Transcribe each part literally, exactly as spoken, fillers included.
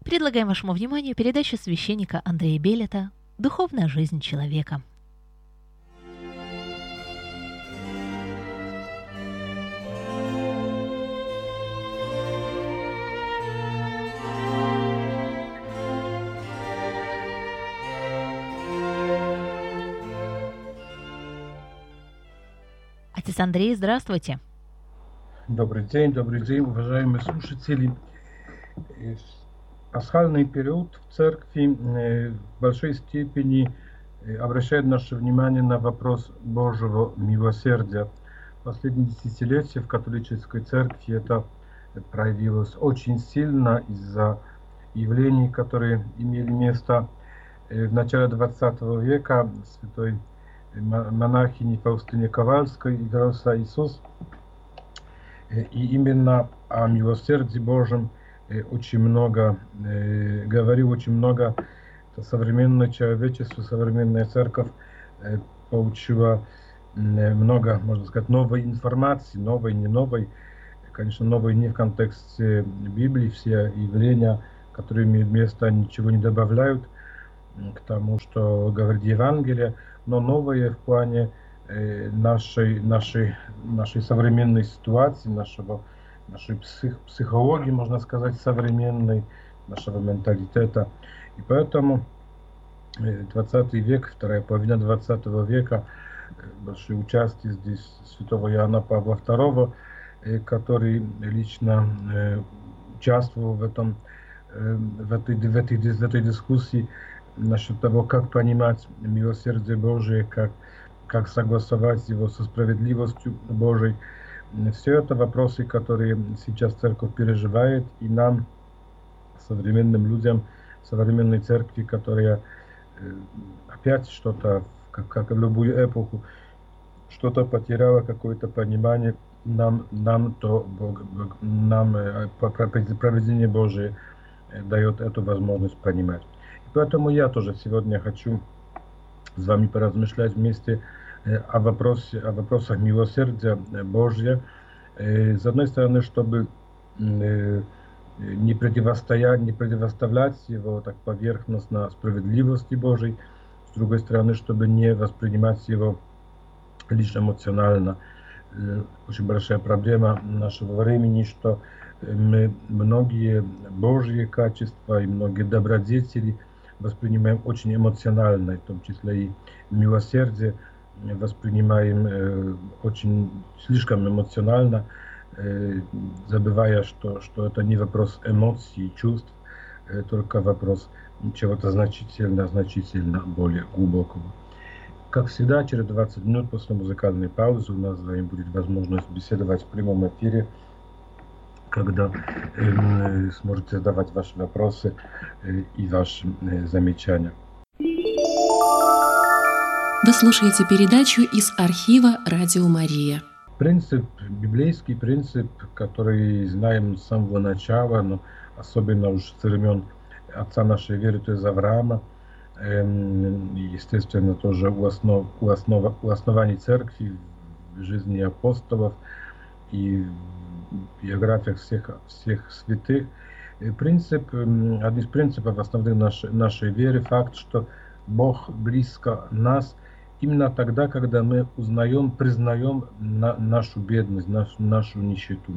Предлагаем вашему вниманию передачу священника Андрея Белета «Духовная жизнь человека». Отец Андрей, здравствуйте. Добрый день, добрый день, уважаемые слушатели. Пасхальный период в церкви в большой степени обращает наше внимание на вопрос Божьего милосердия. В последние десятилетия в католической церкви это проявилось очень сильно из-за явлений, которые имели место в начале двадцатого века. Святой монахини Фаустине Ковальской игрался Иисус. И именно о милосердии Божьем очень много говорил, очень много современное человечество, современная церковь получила много, можно сказать, новой информации, новой, не новой, конечно, новой не в контексте Библии, все явления, которые имеют место, ничего не добавляют к тому, что говорит Евангелие, но новое в плане нашей, нашей, нашей современной ситуации, нашего, нашей псих, психологии, можно сказать, современной, нашего менталитета. И поэтому двадцатый век, вторая половина двадцатого века, большое участие здесь святого Иоанна Павла второго, который лично участвовал в, этом, в, этой, в, этой, в этой дискуссии насчет того, как понимать милосердие Божие, как как согласовать его со справедливостью Божией. Все это вопросы, которые сейчас церковь переживает, и нам, современным людям, современной церкви, которая опять что-то, как, как в любую эпоху, что-то потеряла, какое-то понимание, нам, нам, то Бог, нам провидение Божие дает эту возможность понимать. И поэтому я тоже сегодня хочу с вами поразмышлять вместе о, вопросе, о вопросах милосердия Божьего. С одной стороны, чтобы не противостоять, не противоставлять его так поверхностно справедливости Божией, с другой стороны, чтобы не воспринимать его лишь эмоционально. Очень большая проблема нашего времени, что мы многие Божьи качества и многие добродетели воспринимаем очень эмоционально, в том числе и милосердие воспринимаем э, очень слишком эмоционально, э, забывая, что, что это не вопрос эмоций, чувств, э, только вопрос чего-то значительно, значительно более глубокого. Как всегда, через двадцать минут после музыкальной паузы у нас с вами будет возможность беседовать в прямом эфире, когда э, сможете задавать ваши вопросы э, и ваши э, замечания. Вы слушаете передачу из архива «Радио Мария». Принцип, библейский принцип, который знаем с самого начала, но особенно уж с времен отца нашей веры, то есть Авраама, э, естественно, тоже у, основ, у, основ, у оснований церкви, в жизни апостолов и в биографиях всех, всех святых. Принцип, один из принципов основных нашей, нашей веры, факт, что Бог близко нас именно тогда, когда мы узнаем, признаем на, нашу бедность, нашу, нашу нищету.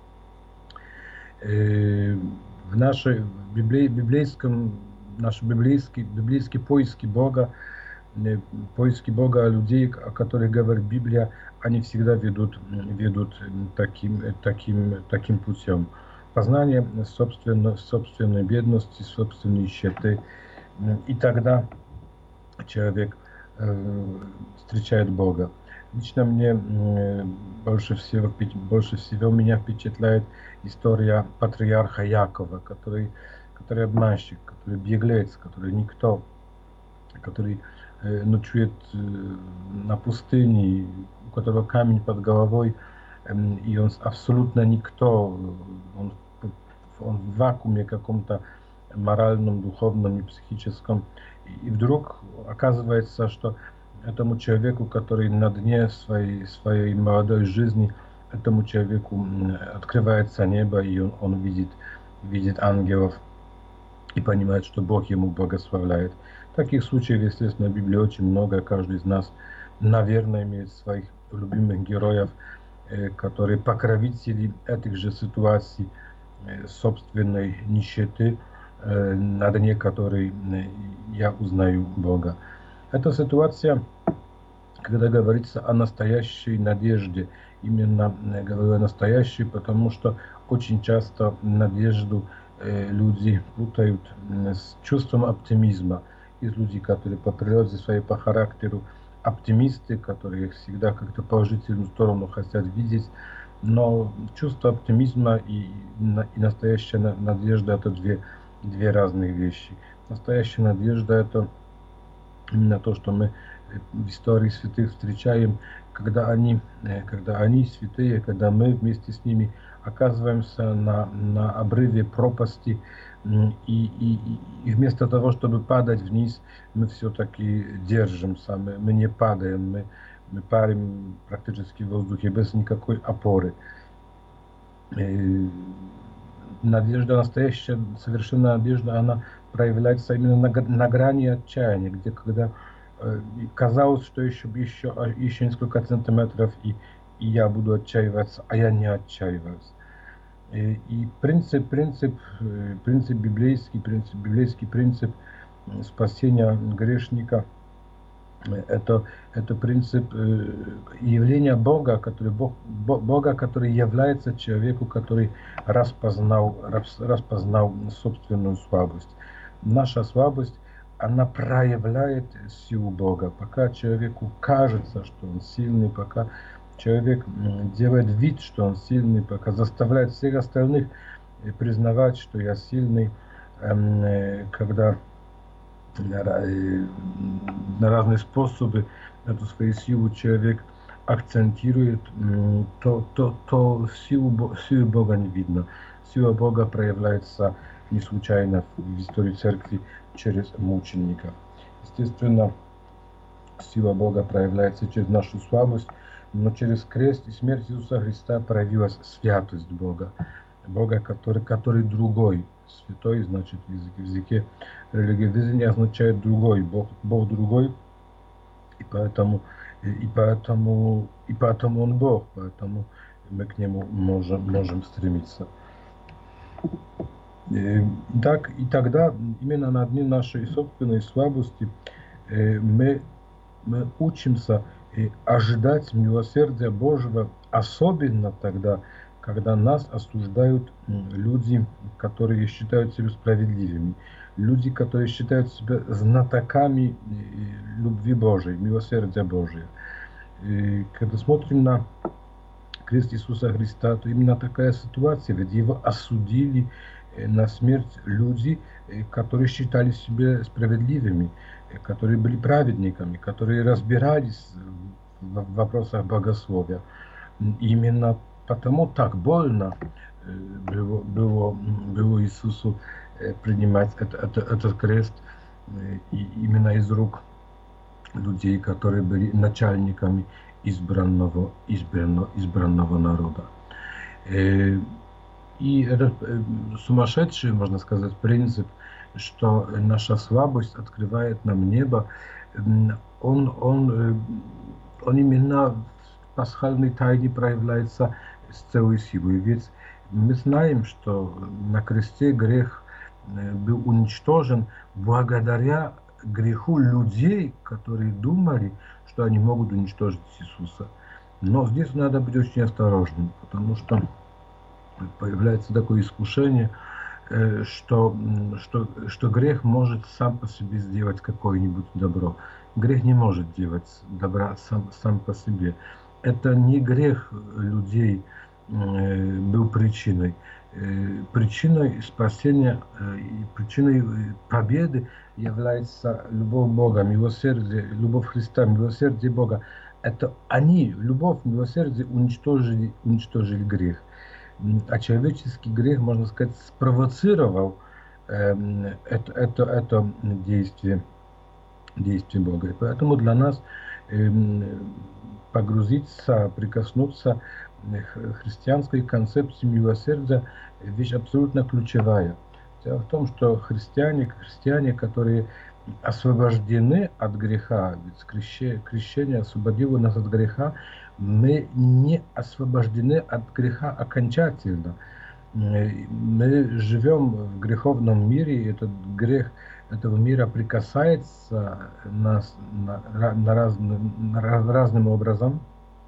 В нашей в библей, библейском, наши библейские, библейские поиски Бога, поиски Бога людей, о которых говорит Библия, они всегда ведут, ведут таким, таким, таким путем. Познание собственно, собственной бедности, собственной нищеты. И тогда человек э, встречает Бога. Лично мне э, больше всего, больше всего меня впечатляет история патриарха Якова, который, который обманщик, который беглец, который никто, который э, ночует э, на пустыне, у которого камень под головой, э, и он абсолютно никто, он, он в вакууме каком-то моральном, духовном и психическом. И вдруг оказывается, что этому человеку, который на дне своей, своей молодой жизни, этому человеку открывается небо, и он, он видит, видит ангелов, и понимает, что Бог ему благословляет. Таких случаев, естественно, в Библии очень много. Каждый из нас, наверное, имеет своих любимых героев, которые покровители этих же ситуаций собственной нищеты, на дне которой я узнаю Бога. Эта ситуация, когда говорится о настоящей надежде, именно говорю о настоящей, потому что очень часто надежду люди путают с чувством оптимизма. Есть люди, которые по природе своей, по характеру оптимисты, которые всегда как-то положительную сторону хотят видеть, но чувство оптимизма и, и настоящая надежда — это две, две разные вещи. Настоящая надежда — это именно то, что мы в истории святых встречаем, когда они, когда они святые, когда мы вместе с ними оказываемся на, на обрыве пропасти, и, и, и вместо того, чтобы падать вниз, мы все-таки держимся, мы, мы не падаем, мы, мы парим практически в воздухе без никакой опоры. И надежда, настоящая, совершенно надежда, она проявляется именно на, на грани отчаяния, где когда э, казалось, что еще, еще, еще несколько сантиметров, и, и я буду отчаиваться, а я не отчаиваюсь. И, и принцип, принцип, принцип библейский, принцип, библейский принцип спасения грешника, это, это принцип явления Бога, который, Бог, Бога, который является человеку, который распознал, распознал собственную слабость. Наша слабость, она проявляет силу Бога. Пока человеку кажется, что он сильный, пока человек делает вид, что он сильный, пока заставляет всех остальных признавать, что я сильный, когда на разные способы эту свою силу человек акцентирует, то, то, то силу, силу Бога не видно. Сила Бога проявляется не случайно в истории церкви через мученика. Естественно, сила Бога проявляется через нашу слабость, но через крест и смерть Иисуса Христа проявилась святость Бога. Бога, который, который другой. Святой, значит, в языке, в языке религиоведения означает другой. Бог, Бог другой, и поэтому, и, поэтому, и поэтому Он Бог, поэтому мы к Нему можем, можем стремиться. И, так, и тогда именно на дне нашей собственной слабости мы, мы учимся ожидать милосердия Божьего, особенно тогда, когда нас осуждают люди, которые считают себя справедливыми, люди, которые считают себя знатоками любви Божией, милосердия Божия. И когда смотрим на крест Иисуса Христа, то именно такая ситуация, ведь его осудили на смерть люди, которые считали себя справедливыми, которые были праведниками, которые разбирались в вопросах богословия. Именно потому так больно было, было, было Иисусу принимать это, это, этот крест и именно из рук людей, которые были начальниками избранного, избранного, избранного народа. И этот сумасшедший, можно сказать, принцип, что наша слабость открывает нам небо, он, он, он именно в пасхальной тайне проявляется с целой силой. Ведь мы знаем, что на кресте грех был уничтожен благодаря греху людей, которые думали, что они могут уничтожить Иисуса. Но здесь надо быть очень осторожным, потому что появляется такое искушение, что, что, что грех может сам по себе сделать какое-нибудь добро. Грех не может делать добра сам, сам по себе. Это не грех людей был причиной. Причиной спасения и причиной победы является любовь Бога, милосердие, любовь Христа, милосердие Бога. Это они, любовь, милосердие уничтожили, уничтожили грех. А человеческий грех, можно сказать, спровоцировал э, это, это, это действие, действие Бога. И поэтому для нас э, погрузиться, прикоснуться к христианской концепции милосердия — вещь абсолютно ключевая. Дело в том, что христиане, христиане, которые освобождены от греха, ведь крещение, крещение освободило нас от греха, мы не освобождены от греха окончательно. Мы живем в греховном мире, и этот грех этого мира прикасается нас на, на разным, на разным образом.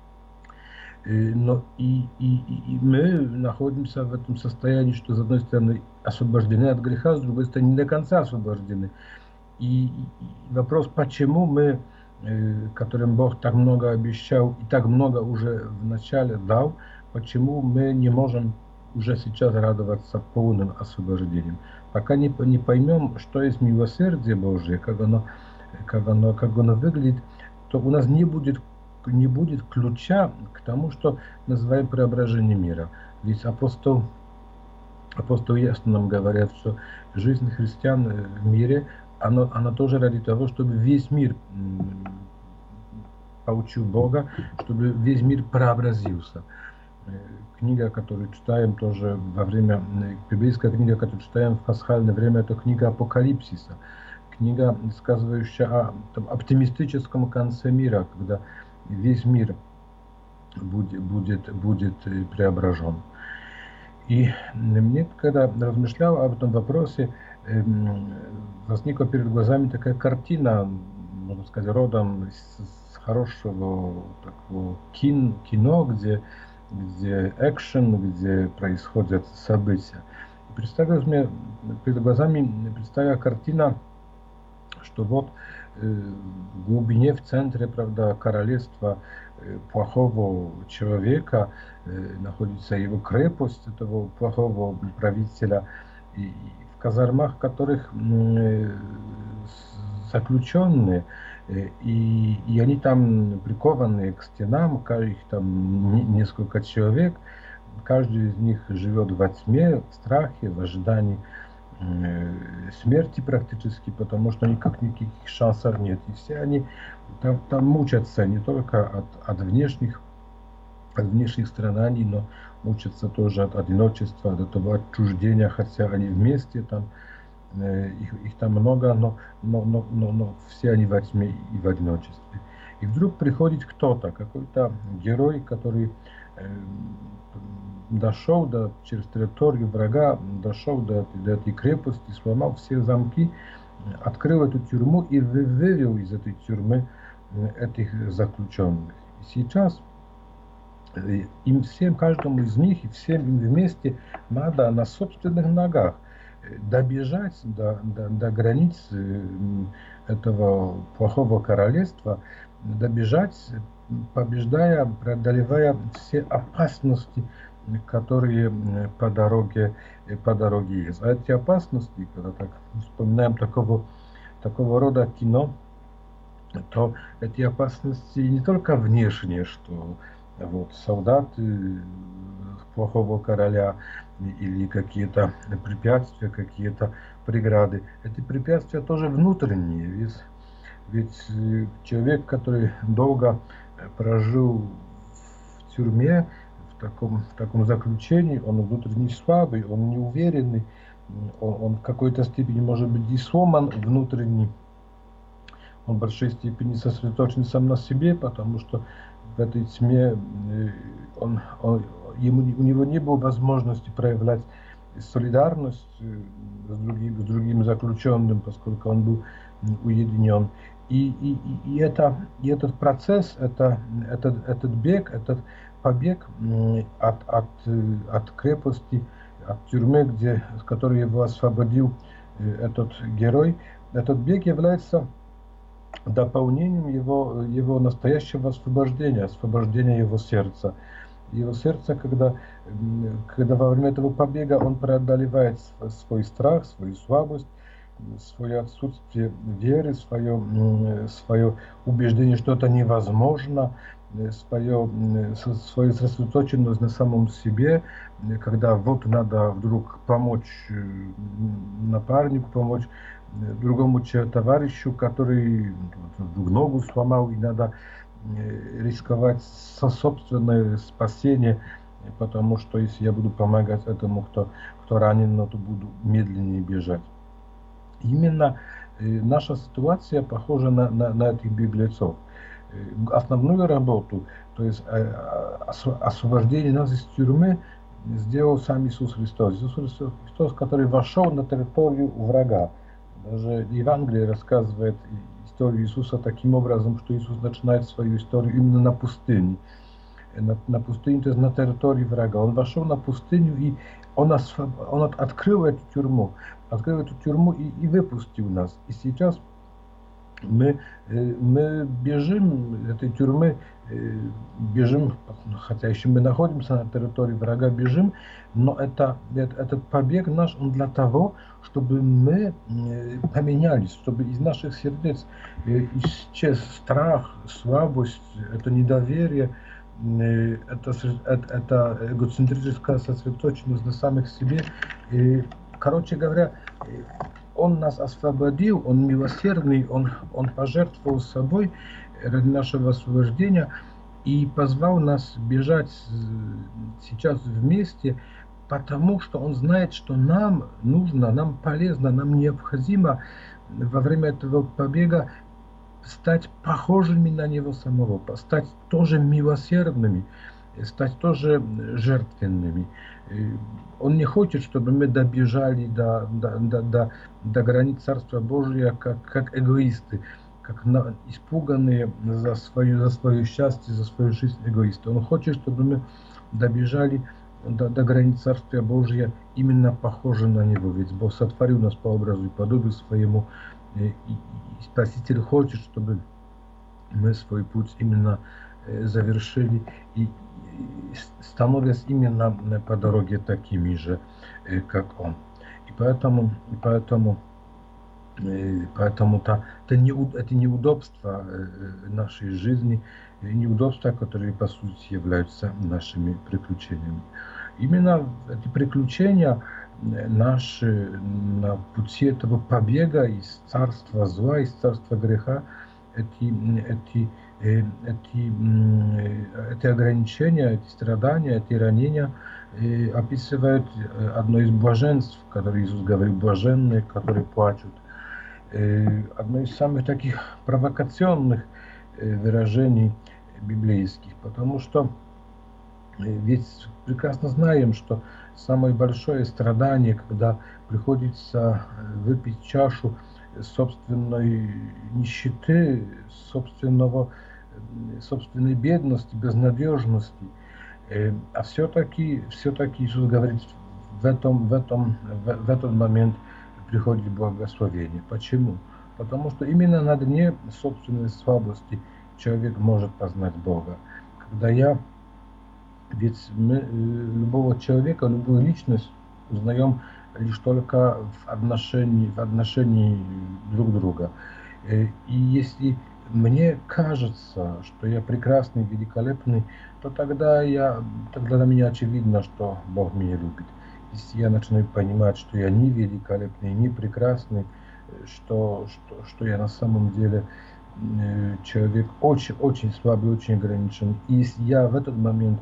Но и, и, и мы находимся в этом состоянии, что с одной стороны освобождены от греха, с другой стороны не до конца освобождены. И, и вопрос, почему мы, которым Бог так много обещал и так много уже вначале дал, почему мы не можем уже сейчас радоваться полным освобождением. Пока не, не поймем, что есть милосердие Божие, как оно, как оно, как оно выглядит, то у нас не будет, не будет ключа к тому, что называем преображением мира. Ведь апостол, апостол ясно нам говорят, что жизнь христиан в мире, она, она тоже ради того, чтобы весь мир получил Бога, чтобы весь мир преобразился. Книга, которую читаем тоже во время, библейская книга, которую читаем в пасхальное время, это книга Апокалипсиса. Книга, сказывающая о там, оптимистическом конце мира, когда весь мир будет, будет, будет преображен. И мне, когда размышлял об этом вопросе, возникла перед глазами такая картина, можно сказать, родом с хорошего такого кин, кино, где где экшен, где происходят события. И представилась мне перед глазами представила картина, что вот в глубине, в центре, правда, королевства плохого человека находится его крепость, этого плохого правителя, и в казармах которых заключенные, И, и они там прикованы к стенам, их там несколько человек, каждый из них живет во тьме, в страхе, в ожидании э, смерти практически, потому что никак никаких шансов нет. И все они там, там мучатся не только от, от внешних, от внешних страданий, но мучатся тоже от одиночества, от этого отчуждения, хотя они вместе там. Их, их там много, но, но, но, но, но все они во тьме и в одиночестве. И вдруг приходит кто-то, какой-то герой, который э, дошел до, через территорию врага, дошел до, до этой крепости, сломал все замки, открыл эту тюрьму и вывел из этой тюрьмы этих заключенных. И сейчас им всем, каждому из них и всем им вместе надо на собственных ногах добежать до, до, до границ этого плохого королевства, добежать, побеждая, преодолевая все опасности, которые по дороге, по дороге есть. А эти опасности, когда так вспоминаем такого, такого рода кино, то эти опасности не только внешние, что вот, солдаты плохого короля или какие-то препятствия, какие-то преграды. Эти препятствия тоже внутренние. Ведь, ведь человек, который долго прожил в тюрьме, в таком, в таком заключении, он внутренне слабый, он неуверенный, он, он в какой-то степени может быть и сломан внутренне. Он в большой степени сосредоточен сам на себе, потому что в этой тьме он, он, ему, у него не было возможности проявлять солидарность с другим, с другим заключенным, поскольку он был уединен. И, и, и, это, и этот процесс, это, этот, этот бег, этот побег от, от, от крепости, от тюрьмы, где, с которой его освободил этот герой, этот бег является дополнением его, его настоящего освобождения, освобождения его сердца. Его сердце, когда, когда во время этого побега он преодолевает свой страх, свою слабость, свое отсутствие веры, свое, свое убеждение, что это невозможно, свое, свою сосредоточенность на самом себе, когда вот надо вдруг помочь напарнику, помочь другому товарищу, который вдруг ногу сломал, и надо рисковать со собственное спасение потому что если я буду помогать этому, кто, кто ранен, ну, то буду медленнее бежать. Именно наша ситуация похожа на, на, на этих беглецов. Основную работу, то есть освобождение нас из тюрьмы, сделал сам Иисус Христос. Иисус Христос, который вошел на территорию врага. Даже Евангелие рассказывает историю Иисуса таким образом, что Иисус начинает свою историю именно на пустыне. На, на пустыне, то есть на территории врага. Он вошел на пустыню, и он, освоб... он от, открыл эту тюрьму. Открыл эту тюрьму и, и выпустил нас. И сейчас мы, мы бежим этой тюрьмы, бежим, хотя еще мы находимся на территории врага, бежим, но это, этот побег наш, он для того, чтобы мы поменялись, чтобы из наших сердец исчез страх, слабость, это недоверие, это, это, это эгоцентрическая сосредоточенность на самих себе. И, короче говоря, Он нас освободил, Он милосердный, Он, Он пожертвовал собой ради нашего освобождения и позвал нас бежать сейчас вместе, потому что Он знает, что нам нужно, нам полезно, нам необходимо во время этого побега стать похожими на Него самого, стать тоже милосердными, стать тоже жертвенными. Он не хочет, чтобы мы добежали до, до, до, до, до границ Царства Божия как, как эгоисты, как на, испуганные за, свою, за свое счастье, за свою жизнь эгоисты. Он хочет, чтобы мы добежали до, до границ Царства Божия именно похожи на Него. Ведь Бог сотворил нас по образу и подобию своему. И, и Спаситель хочет, чтобы мы свой путь именно завершили и становясь именно по дороге такими же, как Он. И поэтому, и поэтому, и поэтому та, та не, эти неудобства нашей жизни, неудобства, которые по сути являются нашими приключениями. Именно эти приключения наши на пути этого побега из царства зла, из царства греха, эти, эти, эти, эти ограничения, эти страдания, эти ранения описывают одно из блаженств, которые Иисус говорил, блаженные, которые плачут. Одно из самых таких провокационных выражений библейских, потому что ведь прекрасно знаем, что самое большое страдание, когда приходится выпить чашу собственной нищеты, собственного, собственной бедности, безнадежности. А все-таки, все-таки Иисус говорит, в, этом, в, этом, в, в этот момент приходит благословение. Почему? Потому что именно на дне собственной слабости человек может познать Бога. Когда я Ведь мы любого человека, любую личность узнаем лишь только в отношении, в отношении друг друга. И если мне кажется, что я прекрасный, великолепный, то тогда, я, тогда для меня очевидно, что Бог меня любит. Если я начинаю понимать, что я не великолепный, не прекрасный, что, что, что я на самом деле человек очень, очень слабый, очень ограничен, и если я в этот момент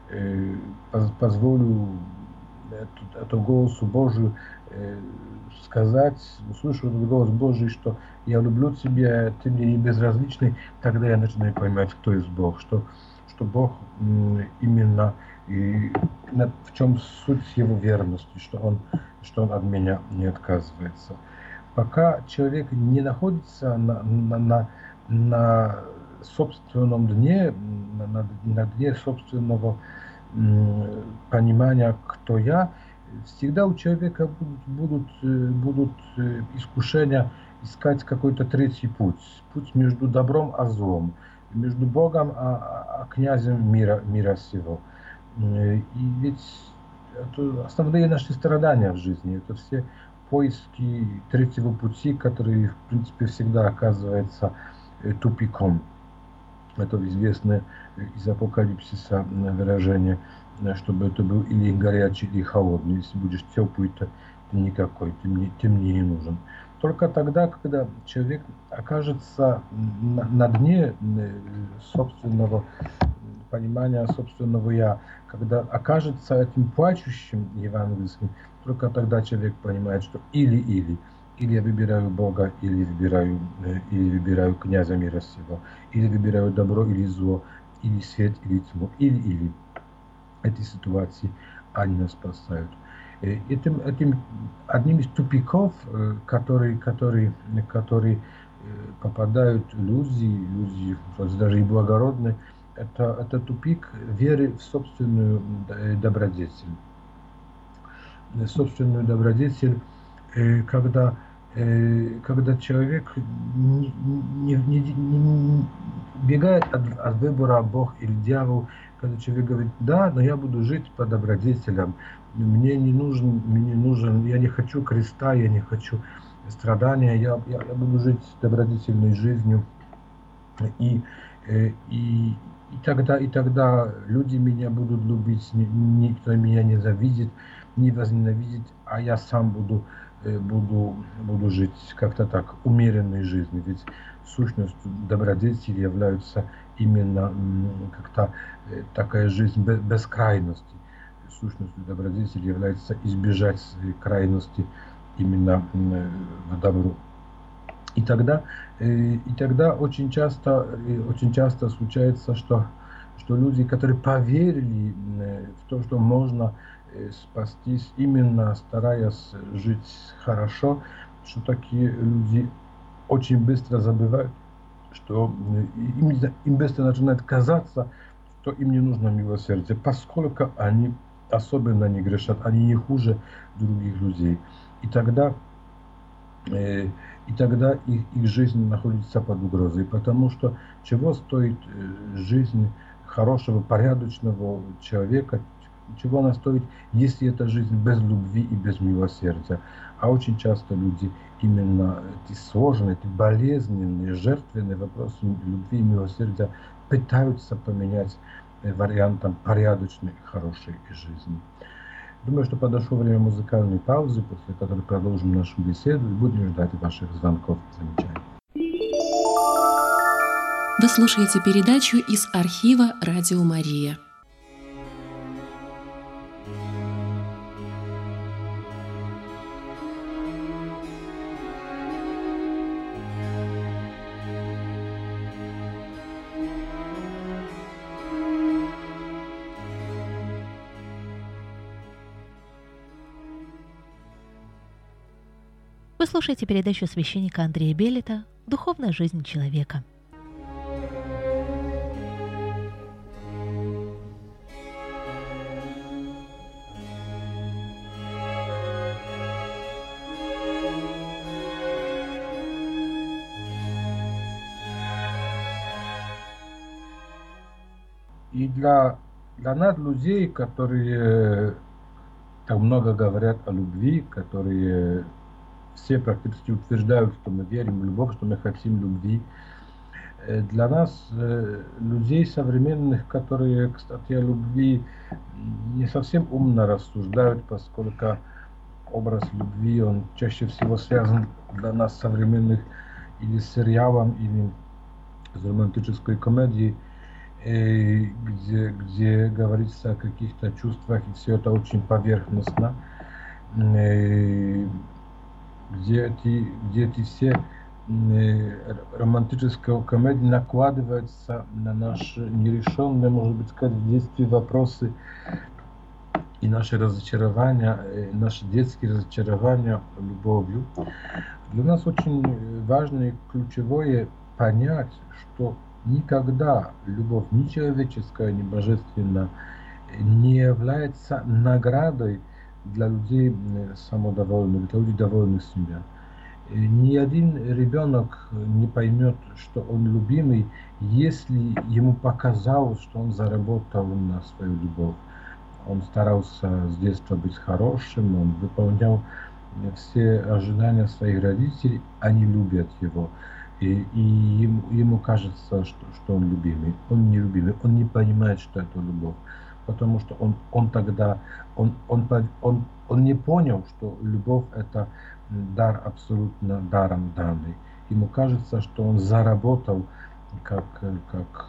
позволю эту, эту голосу Божию сказать, услышу этот голос Божий, что я люблю тебя, ты мне не безразличный, тогда я начинаю понимать, кто есть Бог, что, что Бог именно и в чем суть его верности, что он, что он от меня не отказывается. Пока человек не находится на, на, на, на собственном дне, на, на дне собственного м, понимания, кто я, всегда у человека будут, будут, будут искушения искать какой-то третий путь, путь между добром и злом, между Богом и, и князем мира, мира сего. И ведь это основные наши страдания в жизни, это все поиски третьего пути, который, в принципе, всегда оказывается тупиком. Это известное из Апокалипсиса выражение, чтобы это был или горячий, или холодный. Если будешь теплый, то ты никакой, ты мне, ты мне не нужен. Только тогда, когда человек окажется на, на дне собственного понимания собственного «я». Когда окажется этим плачущим евангельским, только тогда человек понимает, что или-или. Или я выбираю Бога, или выбираю, или выбираю князя мира сего, или выбираю добро или зло, или свет, или тьму, или-или. Эти ситуации, они нас спасают. Этим, этим одним из тупиков, которые, которые, которые попадают люди, люди даже и благородные, это, это тупик веры в собственную добродетель. Собственную добродетель, когда, когда человек не, не, не, не бегает от, от выбора Бог или дьявол, когда человек говорит: да, но я буду жить по добродетелям, мне не нужен, мне не нужен, я не хочу креста, я не хочу страдания, я, я, я буду жить добродетельной жизнью, и, и, и, тогда, и тогда люди меня будут любить, никто меня не завидит, не возненавидит, а я сам буду, буду, буду жить как-то так, умеренной жизнью. Ведь сущностью добродетели является именно как-то такая жизнь без крайности. Сущностью добродетели является избежать крайности именно в добру. И тогда, и тогда очень часто, очень часто случается, что, что люди, которые поверили в то, что можно спастись, именно стараясь жить хорошо, что такие люди очень быстро забывают, что им, им быстро начинает казаться, что им не нужно милосердие, поскольку они особенно не грешат, они не хуже других людей. И тогда, э, и тогда их, их жизнь находится под угрозой, потому что чего стоит жизнь хорошего, порядочного человека, чего она стоит, если эта жизнь без любви и без милосердия. А очень часто люди именно эти сложные, эти болезненные, жертвенные вопросы любви и милосердия пытаются поменять вариантом порядочной, хорошей жизни. Думаю, что подошло время музыкальной паузы, после которой продолжим нашу беседу и будем ждать ваших звонков и замечаний. Вы слушаете передачу из архива «Радио Мария». Вы слушаете передачу священника Андрея Белета «Духовная жизнь человека». И для, для нас, людей, которые так много говорят о любви, которые все практически утверждают, что мы верим в любовь, что мы хотим любви. Для нас, людей современных, которые, кстати, о любви не совсем умно рассуждают, поскольку образ любви, он чаще всего связан для нас современных или с сериалом, или с романтической комедией, где, где говорится о каких-то чувствах, и все это очень поверхностно. Где эти, где эти все романтические комедии накладываются на наши нерешенные, может быть, сказать, в детстве вопросы и наши разочарования, наши детские разочарования любовью. Для нас очень важно и ключевое понять, что никогда любовь ни человеческая, ни божественная не является наградой для людей самодовольных, для людей довольных себя. Ни один ребенок не поймет, что он любимый, если ему показалось, что он заработал на свою любовь. Он старался с детства быть хорошим, он выполнял все ожидания своих родителей, они любят его. И, и ему, ему кажется, что, что он любимый. Он не любимый, он не понимает, что это любовь. Потому что он, он тогда, он, он, он, он не понял, что любовь это дар абсолютно даром данный. Ему кажется, что он заработал как, как,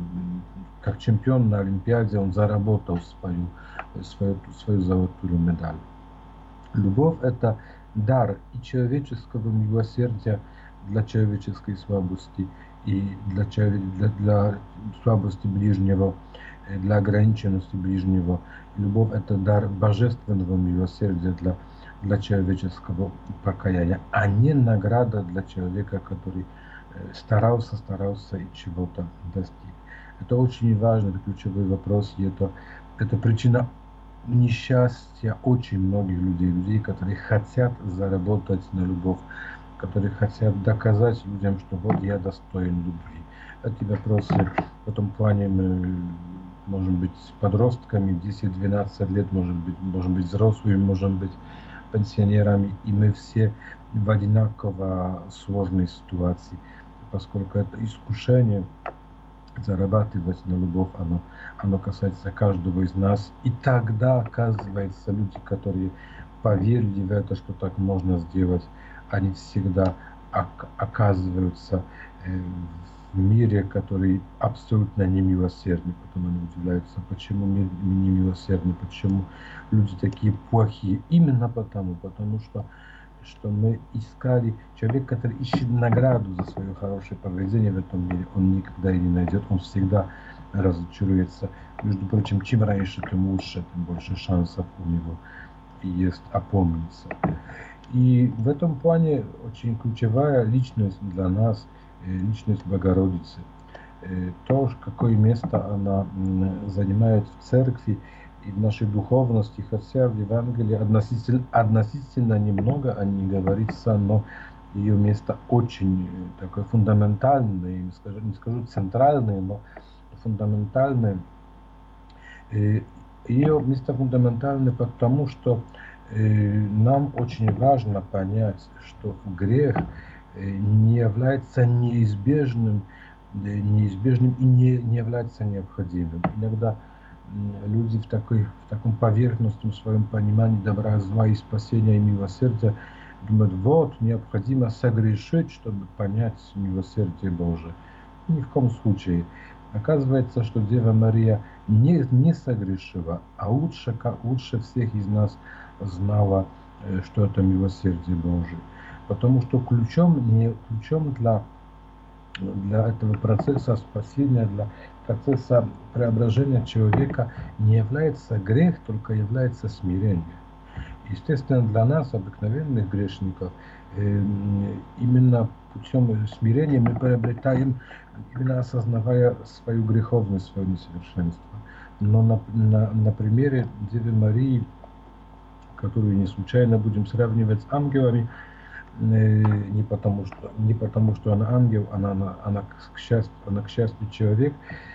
как чемпион на Олимпиаде он заработал свою, свою, свою золотую медаль. Любовь – это дар и человеческого милосердия для человеческой слабости, и для, для, для слабости ближнего, для ограниченности ближнего. Любовь – это дар божественного милосердия для, для человеческого покаяния, а не награда для человека, который старался, старался и чего-то достиг. Это очень важный, ключевой вопрос, и это, это причина несчастья очень многих людей, людей, которые хотят заработать на любовь, которые хотят доказать людям, что вот я достоин любви. Эти вопросы в этом плане мы можем быть подростками, десять-двенадцать лет, может быть, можем быть взрослыми, можем быть пенсионерами, и мы все в одинаково сложной ситуации, поскольку это искушение зарабатывать на любовь, оно, оно касается каждого из нас. И тогда, оказывается, люди, которые поверили в это, что так можно сделать, они всегда оказываются в мире, который абсолютно немилосердный. Потом они удивляются, почему мир немилосердный, почему люди такие плохие. Именно потому, потому что что мы искали, человек, который ищет награду за свое хорошее поведение в этом мире, он никогда и не найдет, он всегда разочаруется. Между прочим, чем раньше, тем лучше, тем больше шансов у него есть опомниться. И в этом плане очень ключевая личность для нас, личность Богородицы. То, какое место она занимает в церкви и в нашей духовности, хотя в Евангелии относительно, относительно немного о ней говорится, но ее место очень такое фундаментальное, не скажу, не скажу центральное, но фундаментальное. Ее место фундаментальное потому, что нам очень важно понять, что грех не является неизбежным, неизбежным и не, не является необходимым. Иногда люди в, такой, в таком поверхностном своем понимании добра, зла и спасения и милосердия думают, вот, необходимо согрешить, чтобы понять милосердие Божие. Ни в коем случае. Оказывается, что Дева Мария не, не согрешила, а лучше, лучше всех из нас знала, что это милосердие Божие. Потому что ключом, не, ключом для, для этого процесса спасения, для процесса преображения человека не является грех, только является смирение. Естественно, для нас, обыкновенных грешников, именно путем смирения мы приобретаем, именно осознавая свою греховность, свое несовершенство. Но на, на, на примере Девы Марии, которую не случайно будем сравнивать с ангелами, не потому что, не потому, что она ангел, она, она, она, к счастью, она, к счастью, человек,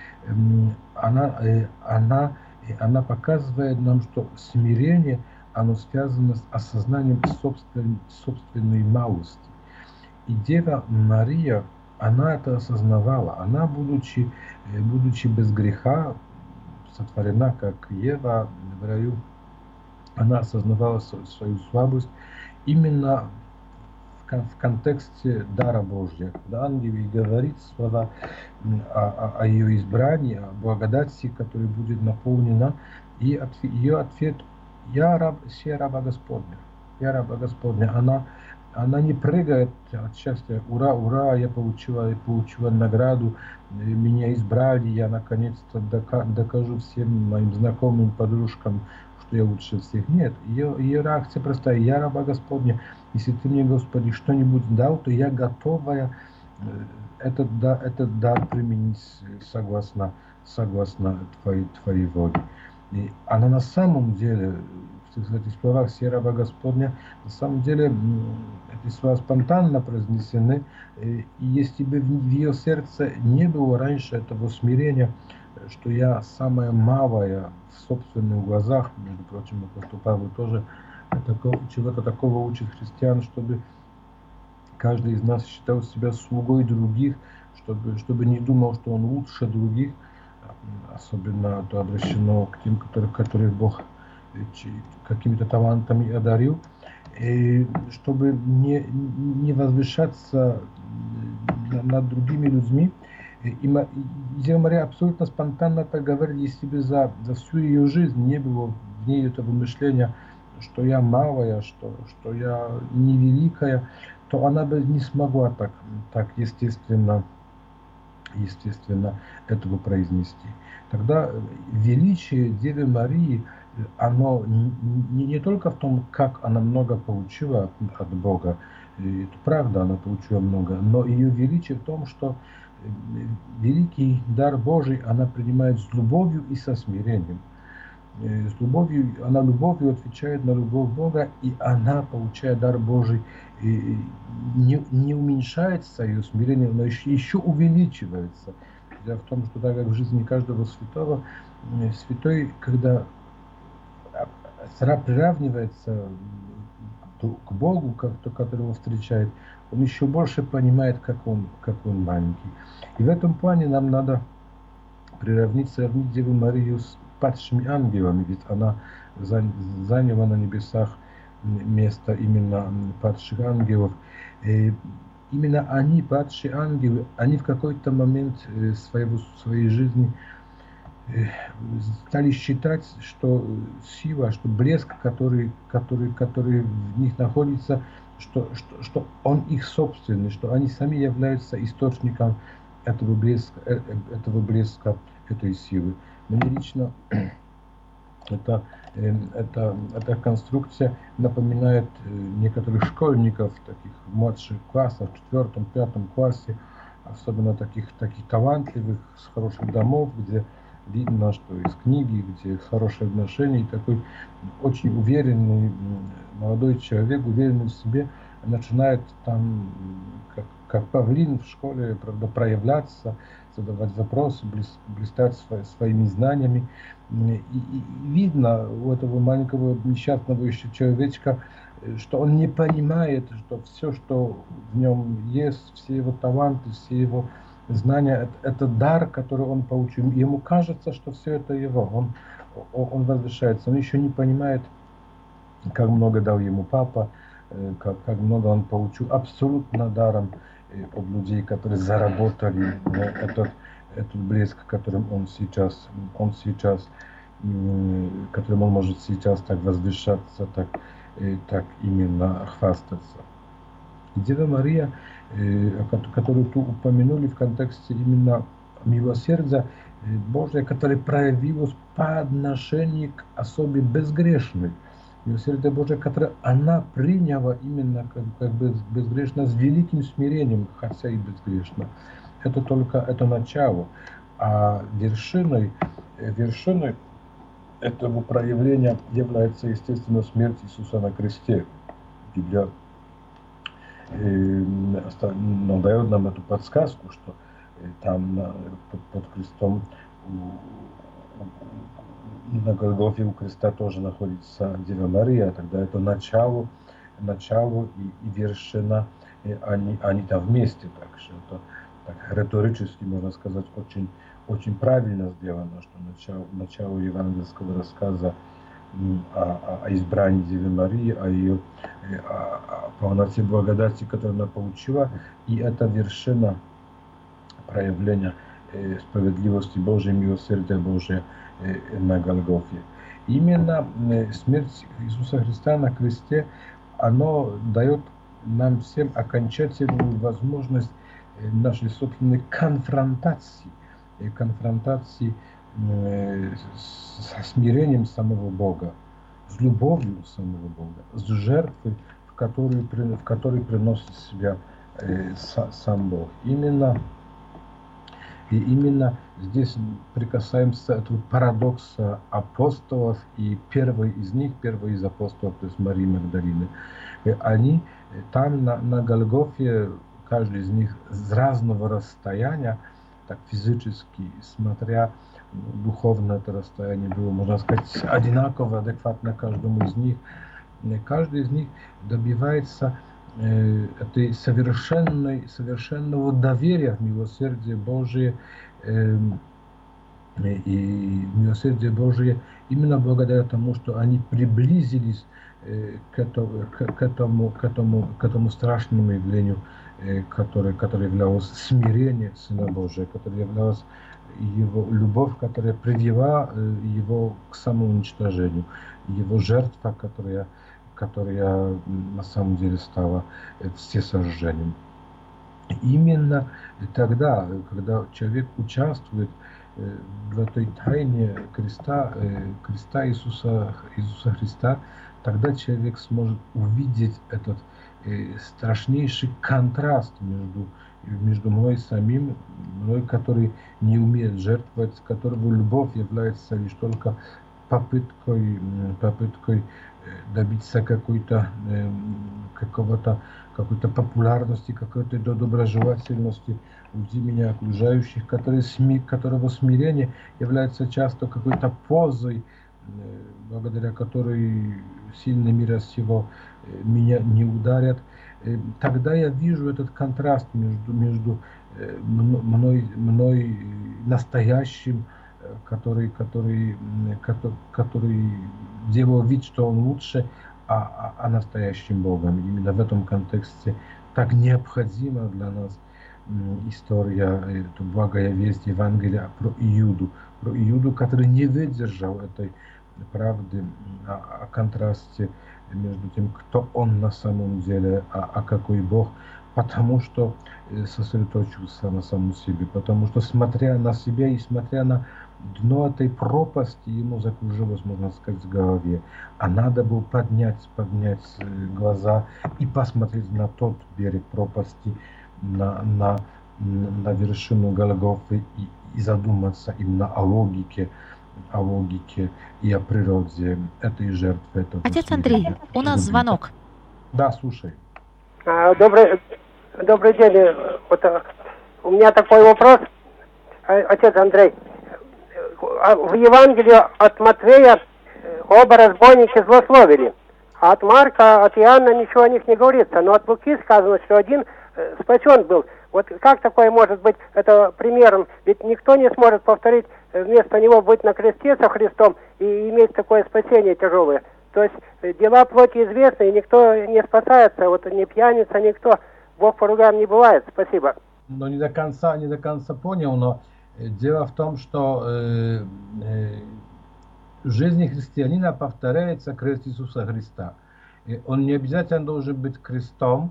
она, она, она показывает нам, что смирение, оно связано с осознанием собственной, собственной малости. И Дева Мария, она это осознавала. Она, будучи, будучи без греха, сотворена как Ева в раю, она осознавала свою слабость именно в контексте дара Божьего. Когда ангел говорит слова о, о, о ее избрании, о благодати, которая будет наполнена, и ответ, ее ответ «Я раб, все раба Господня». «Я раба Господня». Она, она не прыгает от счастья. «Ура, ура, я получила, я получила награду, меня избрали, я наконец-то докажу всем моим знакомым, подружкам, что я лучше всех». Нет, ее, ее реакция простая. «Я раба Господня. Если ты мне, Господи, что-нибудь дал, то я готова этот, да, этот дар применить согласно, согласно твоей, твоей воле». И она на самом деле, в этих словах «Все раба Господня», на самом деле эти слова спонтанно произнесены, и если бы в ее сердце не было раньше этого смирения, что я самая малая в собственных глазах, между прочим, апостол Павел тоже такого, чего-то такого учит христиан, чтобы каждый из нас считал себя слугой других, чтобы, чтобы не думал, что он лучше других, особенно то обращено к тем, которых, которых Бог какими-то талантами одарил, и чтобы не, не возвышаться над другими людьми, И Дева Мария абсолютно спонтанно так говорит, если бы за, за всю ее жизнь не было в ней этого мышления, что я малая, что, что я невеликая, то она бы не смогла так, так естественно, естественно этого произнести. Тогда величие Девы Марии, оно не, не только в том, как она много получила от Бога, это правда, она получила много, но ее величие в том, что великий дар Божий она принимает с любовью и со смирением. С любовью, она любовью отвечает на любовь Бога, и она, получая дар Божий, не, не уменьшается ее смирение, но еще, еще увеличивается. Дело в том, что так как в жизни каждого святого, святой, когда приравнивается к Богу, которого встречает, он еще больше понимает, как он, как он маленький. И в этом плане нам надо приравнить, сравнить Деву Марию с падшими ангелами, ведь она заняла на небесах место именно падших ангелов. И именно они, падшие ангелы, они в какой-то момент своего, своей жизни стали считать, что сила, что блеск, который, который, который в них находится, что, что, что он их собственный, что они сами являются источником этого блеска, этого блеска, этой силы. Мне лично эта, эта, эта конструкция напоминает некоторых школьников, таких младших классов, в четвертом, пятом классе, особенно таких, таких талантливых, с хороших домов, где видно, что из книги, где хорошие отношения, и такой очень уверенный молодой человек, уверенный в себе, начинает там, как, как павлин в школе, правда, проявляться, задавать вопросы, блистать свои, своими знаниями. И, и видно у этого маленького несчастного еще человечка, что он не понимает, что все, что в нем есть, все его таланты, все его знания, это, это дар, который он получил. Ему кажется, что все это его. Он, он возвышается. Он еще не понимает, как много дал ему папа, как, как много он получил абсолютно даром от людей, которые заработали этот, этот блеск, которым он сейчас, он сейчас, которым он может сейчас так возвышаться, так, так именно хвастаться. Дева Мария, которую тут упомянули в контексте именно милосердия Божия, которое проявилось по отношению к особе безгрешной. Милосердие Божие, которое она приняла именно как, как бы безгрешно, с великим смирением, хотя и безгрешно. Это только это начало. А вершиной, вершиной этого проявления является, естественно, смерть Иисуса на кресте. Библия но дает нам эту подсказку, что там под, под крестом на Голгофе у креста тоже находится Дева Мария, тогда это начало, начало и, и вершина, и они, они там вместе, так что это так, риторически, можно сказать, очень, очень правильно сделано, что начало, начало евангельского рассказа о, о избрании Девы Марии, о ее о, о полноте благодати, которую она получила, и это вершина проявления э, справедливости Божией, милосердия Божия э, на Голгофе. Именно э, смерть Иисуса Христа на кресте, оно дает нам всем окончательную возможность э, нашей собственной конфронтации, э, конфронтации со смирением самого Бога, с любовью самого Бога, с жертвой, в которой, в которой приносит себя э, сам Бог. Именно, и именно здесь прикасаемся этого парадокса апостолов, и первый из них, первый из апостолов, то есть Марии Магдалины, они там на, на Голгофе, каждый из них с разного расстояния, так физически, смотря духовно это расстояние было, можно сказать, одинаково, адекватно каждому из них. Каждый из них добивается э, этой совершенной, совершенного доверия в милосердие Божие, э, и милосердие Божие именно благодаря тому, что они приблизились э, к, этому, к, к, этому, к, этому, к этому страшному явлению которая, которая являлась смирением Сына Божия, которая являлась его любовь, которая привела его к самоуничтожению, его жертва, которая, которая на самом деле стала всесожжением. Именно тогда, когда человек участвует в этой тайне креста, креста Иисуса, Иисуса Христа, тогда человек сможет увидеть этот страшнейший контраст между, между мной самим, мной, который не умеет жертвовать, которого любовь является лишь только попыткой, попыткой добиться какой-то, какого-то, какой-то популярности, какой-то доброжелательности у меня окружающих, который, которого смирение является часто какой-то позой, благодаря которой сильные мира сего меня не ударят. Тогда я вижу этот контраст между, между мной, мной настоящим, который, который, который, который делал вид, что он лучше, а, а, а настоящим Богом. Именно в этом контексте так необходима для нас история, это благая весть Евангелия про Иуду, про Иуду, который не выдержал этой правды о, о контрасте между тем, кто он на самом деле, а, а какой Бог, потому что сосредоточился на самом себе, потому что, смотря на себя и смотря на дно этой пропасти, ему закружилось, можно сказать, в голове. А надо было поднять, поднять глаза и посмотреть на тот берег пропасти, на, на, на вершину Голгофы и, и задуматься именно о логике, о логике и о природе этой жертвы. Этого Отец Андрей, у нас звонок. Да, слушай. Добрый, добрый день. Вот, у меня такой вопрос, отец Андрей. В Евангелии от Матвея оба разбойники злословили. А от Марка, от Иоанна ничего о них не говорится. Но от Луки сказано, что один спасен был. Вот как такое может быть это примером? Ведь никто не сможет повторить вместо него быть на кресте со Христом и иметь такое спасение тяжелое. То есть дела плоти известны, и никто не спасается, вот не пьяница, никто. Бог по ругам не бывает. Спасибо. Но не до конца, не до конца понял, но дело в том, что э, э, в жизни христианина повторяется крест Иисуса Христа. И он не обязательно должен быть крестом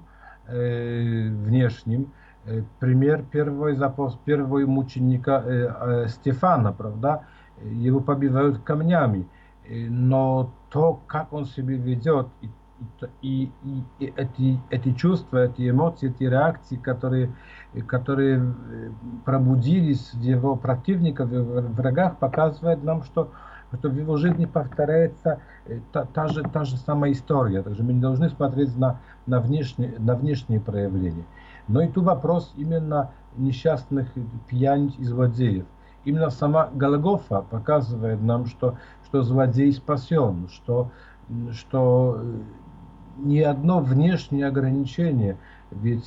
э, внешним. Э, пример первого, запос, первого мученика э, э, Стефана, правда, его побивают камнями. Э, но то, как он себя ведет, и И, и, и эти, эти чувства, эти эмоции, эти реакции, которые, которые пробудились в его противниках, в врагах, показывают нам, что, что в его жизни повторяется та, та, же, та же самая история. Также мы не должны смотреть на, на, внешние, на внешние проявления. Но и тут вопрос именно несчастных пьяниц и злодеев. Именно сама Голгофа показывает нам, что, что злодей спасен, что, что ни одно внешнее ограничение, ведь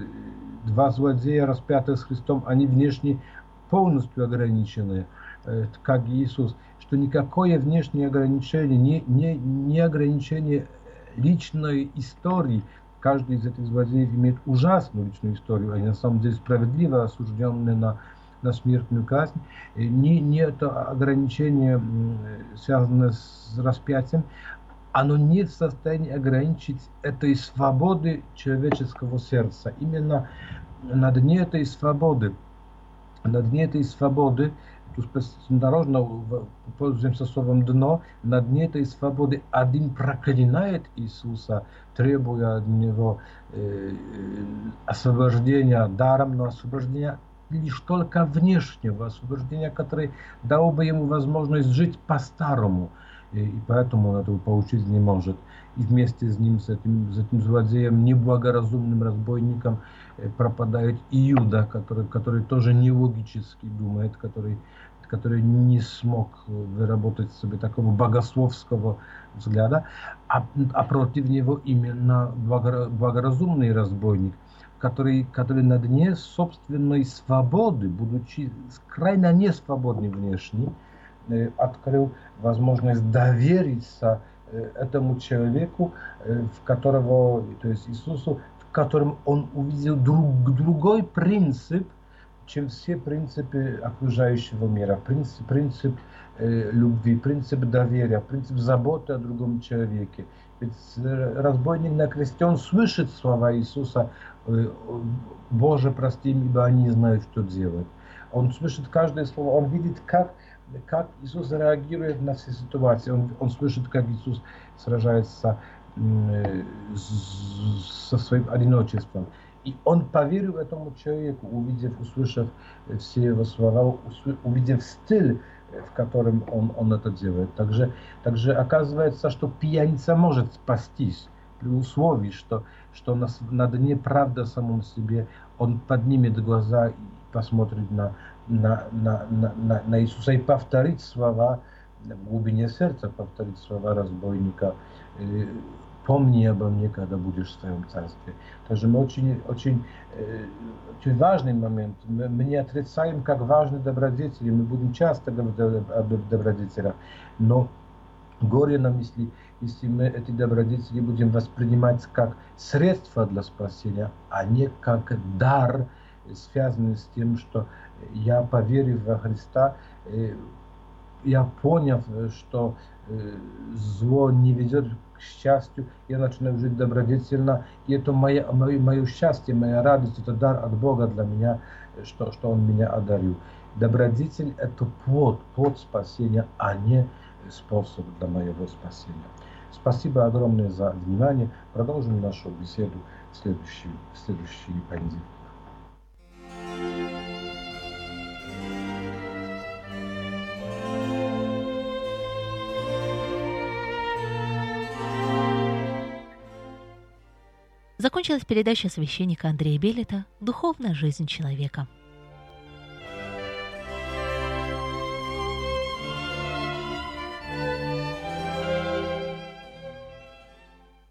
два злодея, распятые с Христом, они внешне полностью ограничены, как Иисус, что никакое внешнее ограничение, не, не, не ограничение личной истории, каждый из этих злодеев имеет ужасную личную историю, они на самом деле справедливо осужденные на, на смертную казнь, не, не это ограничение, связанное с распятием, оно не в состоянии ограничить этой свободы человеческого сердца. Именно на дне этой свободы, на дне этой свободы, тут нарочно пользуемся словом «дно», на дне этой свободы один проклинает Иисуса, требуя от него э, освобождения даром, но освобождения лишь только внешнего, освобождения, которое дало бы ему возможность жить по-старому. И поэтому он этого получить не может. И вместе с ним, с этим, с этим злодеем, неблагоразумным разбойником, пропадает Иуда, который, который тоже нелогически думает, который, который не смог выработать себе такого богословского взгляда, а, а против него именно благоразумный разбойник, который, который на дне собственной свободы, будучи крайне несвободным внешне, открыл возможность довериться этому человеку, в которого, то есть Иисусу, в в котором он увидел друг, другой принцип, чем все принципы окружающего мира. Принцип, принцип э, любви, принцип доверия, принцип заботы о другом человеке. Ведь разбойник на кресте, он слышит слова Иисуса: «Боже, прости им, ибо они не знают, что делают». Он слышит каждое слово, он видит, как, как Иисус реагирует на все ситуации. Он, он слышит, как Иисус сражается э, с, со своим одиночеством. И он поверил этому человеку, увидев, услышав все его слова, увидев стиль, в котором он, он это делает. Также, также оказывается, что пьяница может спастись при условии, что, что на, на дне правды о самом себе он поднимет глаза и посмотрит на, на, на, на, на, на Иисуса и повторит слова в глубине сердца, повторит слова разбойника: «Помни обо мне, когда будешь в своем царстве». Также мы очень, очень, очень важный момент. Мы, мы не отрицаем, как важны добродетели. Мы будем часто говорить об добродетелях. Но горе нам, если, если мы эти добродетели будем воспринимать как средство для спасения, а не как дар, связанный с тем, что я, поверив во Христа, я понял, что зло не ведет к счастью, я начинаю жить добродетельно, и это мое, мое, мое счастье, моя радость, это дар от Бога для меня, что, что Он меня одарил. Добродетель – это плод, плод спасения, а не способ для моего спасения. Спасибо огромное за внимание. Продолжим нашу беседу в следующий, в следующий понедельник. Закончилась передача священника Андрея Белета «Духовная жизнь человека».